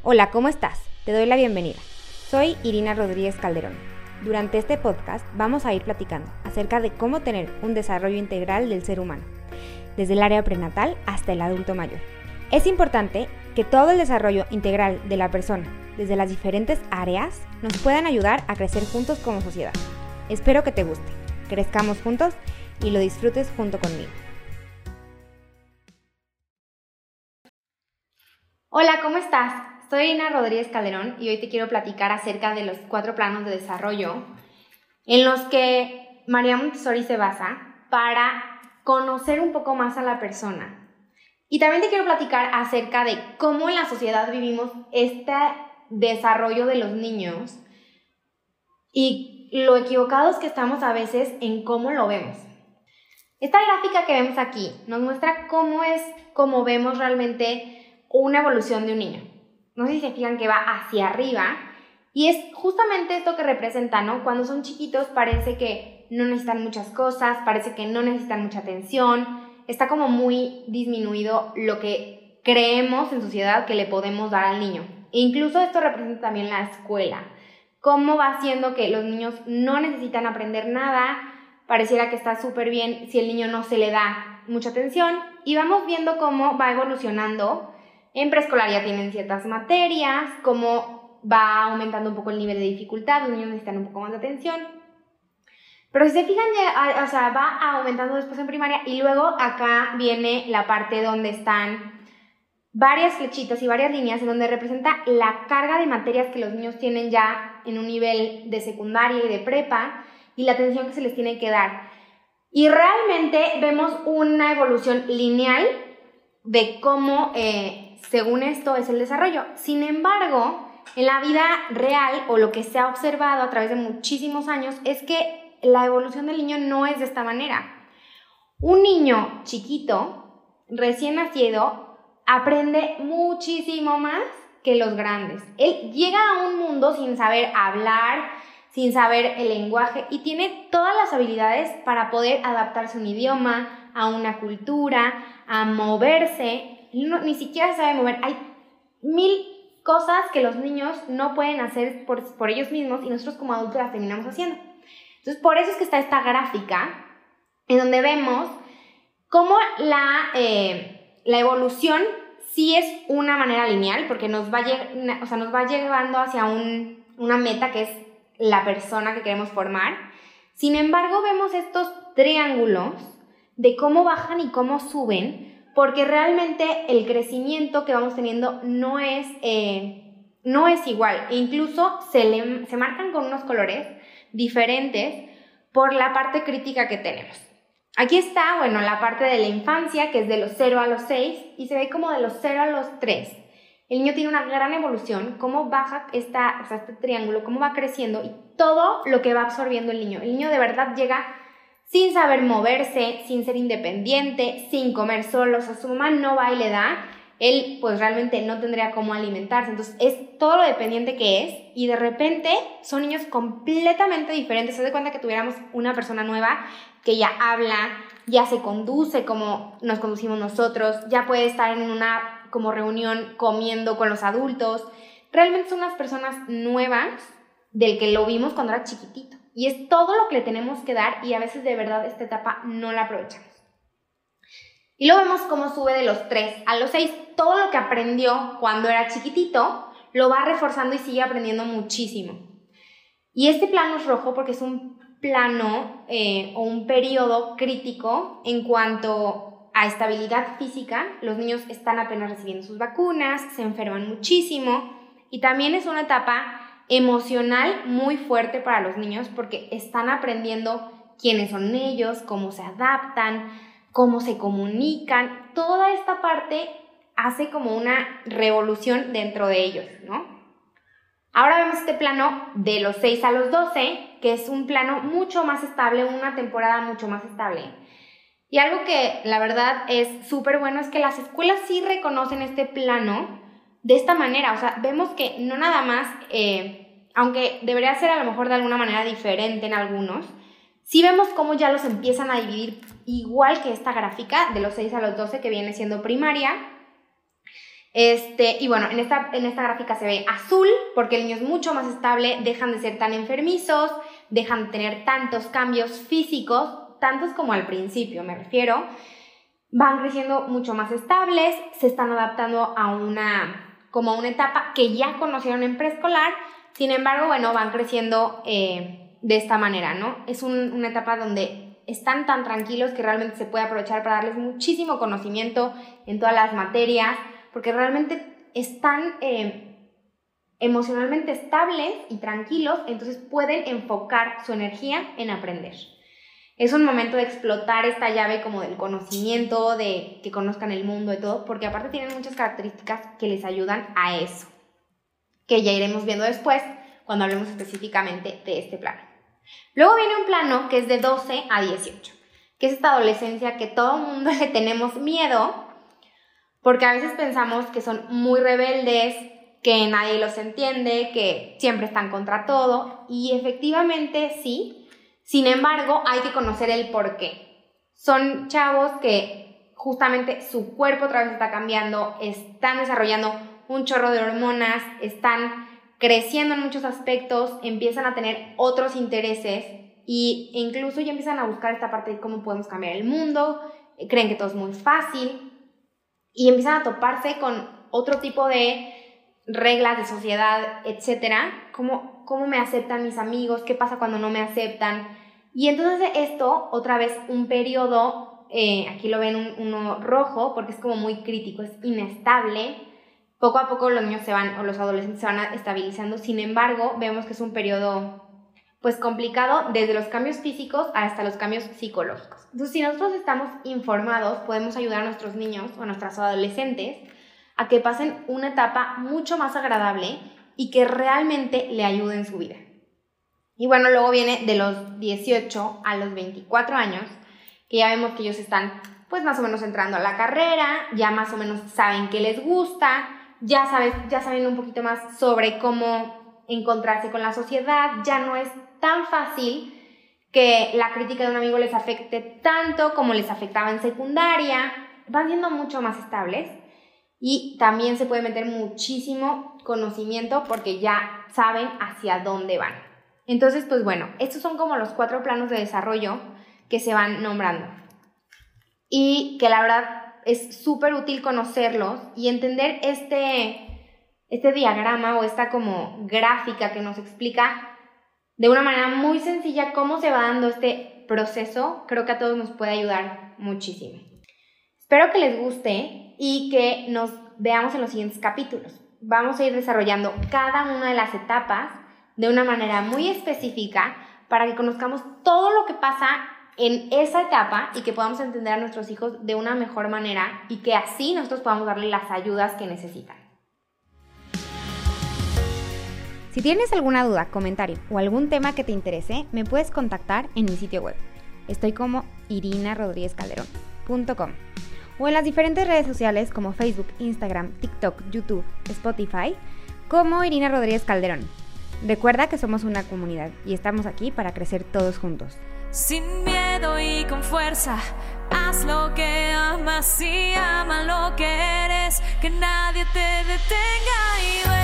Hola, ¿cómo estás? Te doy la bienvenida. Soy Irina Rodríguez Calderón. Durante este podcast vamos a ir platicando acerca de cómo tener un desarrollo integral del ser humano, desde el área prenatal hasta el adulto mayor. Es importante que todo el desarrollo integral de la persona, desde las diferentes áreas, nos puedan ayudar a crecer juntos como sociedad. Espero que te guste, crezcamos juntos y lo disfrutes junto conmigo. Hola, ¿cómo estás? Soy Irina Rodríguez Calderón y hoy te quiero platicar acerca de los 4 planos de desarrollo en los que María Montessori se basa para conocer un poco más a la persona. Y también te quiero platicar acerca de cómo en la sociedad vivimos este desarrollo de los niños y lo equivocados que estamos a veces en cómo lo vemos. Esta gráfica que vemos aquí nos muestra cómo vemos realmente una evolución de un niño. No sé si se fijan que va hacia arriba y es justamente esto que representa, ¿no? Cuando son chiquitos parece que no necesitan muchas cosas, parece que no necesitan mucha atención, está como muy disminuido lo que creemos en sociedad que le podemos dar al niño. E incluso esto representa también la escuela, cómo va haciendo que los niños no necesitan aprender nada, pareciera que está súper bien si el niño no se le da mucha atención y vamos viendo cómo va evolucionando. En preescolar ya tienen ciertas materias, cómo va aumentando un poco el nivel de dificultad, los niños necesitan un poco más de atención. Pero si se fijan, va aumentando después en primaria y luego acá viene la parte donde están varias flechitas y varias líneas en donde representa la carga de materias que los niños tienen ya en un nivel de secundaria y de prepa y la atención que se les tiene que dar. Y realmente vemos una evolución lineal de cómo, según esto, es el desarrollo. Sin embargo, en la vida real, o lo que se ha observado a través de muchísimos años, es que la evolución del niño no es de esta manera. Un niño chiquito, recién nacido, aprende muchísimo más que los grandes. Él llega a un mundo sin saber hablar, sin saber el lenguaje y tiene todas las habilidades para poder adaptarse a un idioma, a una cultura, a moverse. Ni siquiera sabe mover. Hay 1000 cosas que los niños no pueden hacer por ellos mismos y nosotros como adultos las terminamos haciendo. Entonces, por eso es que está esta gráfica en donde vemos cómo la evolución sí es una manera lineal porque nos va llevando hacia una meta que es la persona que queremos formar. Sin embargo, vemos estos triángulos de cómo bajan y cómo suben, porque realmente el crecimiento que vamos teniendo no es igual. E incluso se marcan con unos colores diferentes por la parte crítica que tenemos. Aquí está, la parte de la infancia, que es de los 0 a los 6, y se ve como de los 0 a los 3. El niño tiene una gran evolución, cómo baja este triángulo, cómo va creciendo y todo lo que va absorbiendo el niño. El niño de verdad llega sin saber moverse, sin ser independiente, sin comer solo. O sea, su mamá no va y le da, él pues realmente no tendría cómo alimentarse. Entonces es todo lo dependiente que es y de repente son niños completamente diferentes. Se da cuenta que tuviéramos una persona nueva que ya habla, ya se conduce como nos conducimos nosotros, ya puede estar en una como reunión comiendo con los adultos. Realmente son unas personas nuevas del que lo vimos cuando era chiquitito. Y es todo lo que le tenemos que dar y a veces de verdad esta etapa no la aprovechamos. Y luego vemos cómo sube de los 3 a los 6. Todo lo que aprendió cuando era chiquitito lo va reforzando y sigue aprendiendo muchísimo. Y este plano es rojo porque es un plano o un periodo crítico en cuanto a estabilidad física. Los niños están apenas recibiendo sus vacunas, se enferman muchísimo y también es una etapa emocional muy fuerte para los niños porque están aprendiendo quiénes son ellos, cómo se adaptan, cómo se comunican. Toda esta parte hace como una revolución dentro de ellos, ¿no? Ahora vemos este plano de los 6 a los 12, que es un plano mucho más estable, una temporada mucho más estable. Y algo que la verdad es súper bueno es que las escuelas sí reconocen este plano de esta manera. O sea, vemos que no nada más, aunque debería ser a lo mejor de alguna manera diferente en algunos, sí vemos cómo ya los empiezan a dividir igual que esta gráfica de los 6 a los 12 que viene siendo primaria. Y bueno, en esta gráfica se ve azul porque el niño es mucho más estable, dejan de ser tan enfermizos, dejan de tener tantos cambios físicos, tantos como al principio me refiero, van creciendo mucho más estables, se están adaptando a una etapa que ya conocieron en preescolar, sin embargo, bueno, van creciendo de esta manera, ¿no? Es una etapa donde están tan tranquilos que realmente se puede aprovechar para darles muchísimo conocimiento en todas las materias, porque realmente están emocionalmente estables y tranquilos, entonces pueden enfocar su energía en aprender. Es un momento de explotar esta llave como del conocimiento, de que conozcan el mundo y todo, porque aparte tienen muchas características que les ayudan a eso, que ya iremos viendo después cuando hablemos específicamente de este plano. Luego viene un plano que es de 12 a 18, que es esta adolescencia que todo el mundo le tenemos miedo, porque a veces pensamos que son muy rebeldes, que nadie los entiende, que siempre están contra todo, y efectivamente sí. Sin embargo, hay que conocer el por qué. Son chavos que justamente su cuerpo otra vez está cambiando, están desarrollando un chorro de hormonas, están creciendo en muchos aspectos, empiezan a tener otros intereses e incluso ya empiezan a buscar esta parte de cómo podemos cambiar el mundo, creen que todo es muy fácil y empiezan a toparse con otro tipo de reglas de sociedad, etcétera, cómo me aceptan mis amigos, qué pasa cuando no me aceptan. Y entonces esto, otra vez, un periodo, aquí lo ven uno rojo, porque es como muy crítico, es inestable. Poco a poco los niños o los adolescentes se van estabilizando, sin embargo, vemos que es un periodo pues complicado desde los cambios físicos hasta los cambios psicológicos. Entonces, si nosotros estamos informados, podemos ayudar a nuestros niños o a nuestros adolescentes a que pasen una etapa mucho más agradable y que realmente le ayude en su vida. Y bueno, luego viene de los 18 a los 24 años, que ya vemos que ellos están pues más o menos entrando a la carrera, ya más o menos saben qué les gusta, ya saben un poquito más sobre cómo encontrarse con la sociedad, ya no es tan fácil que la crítica de un amigo les afecte tanto como les afectaba en secundaria, van siendo mucho más estables y también se puede meter muchísimo conocimiento porque ya saben hacia dónde van. Entonces, pues bueno, estos son como los 4 planos de desarrollo que se van nombrando y que la verdad es súper útil conocerlos y entender este diagrama o esta como gráfica que nos explica de una manera muy sencilla cómo se va dando este proceso. Creo que a todos nos puede ayudar muchísimo. Espero que les guste y que nos veamos en los siguientes capítulos. Vamos a ir desarrollando cada una de las etapas de una manera muy específica para que conozcamos todo lo que pasa en esa etapa y que podamos entender a nuestros hijos de una mejor manera y que así nosotros podamos darle las ayudas que necesitan. Si tienes alguna duda, comentario o algún tema que te interese, me puedes contactar en mi sitio web. Estoy como irinarodríguezcalderón.com o en las diferentes redes sociales como Facebook, Instagram, TikTok, YouTube, Spotify, como Irina Rodríguez Calderón. Recuerda que somos una comunidad y estamos aquí para crecer todos juntos. Sin miedo y con fuerza, haz lo que amas y ama lo que eres, que nadie te detenga y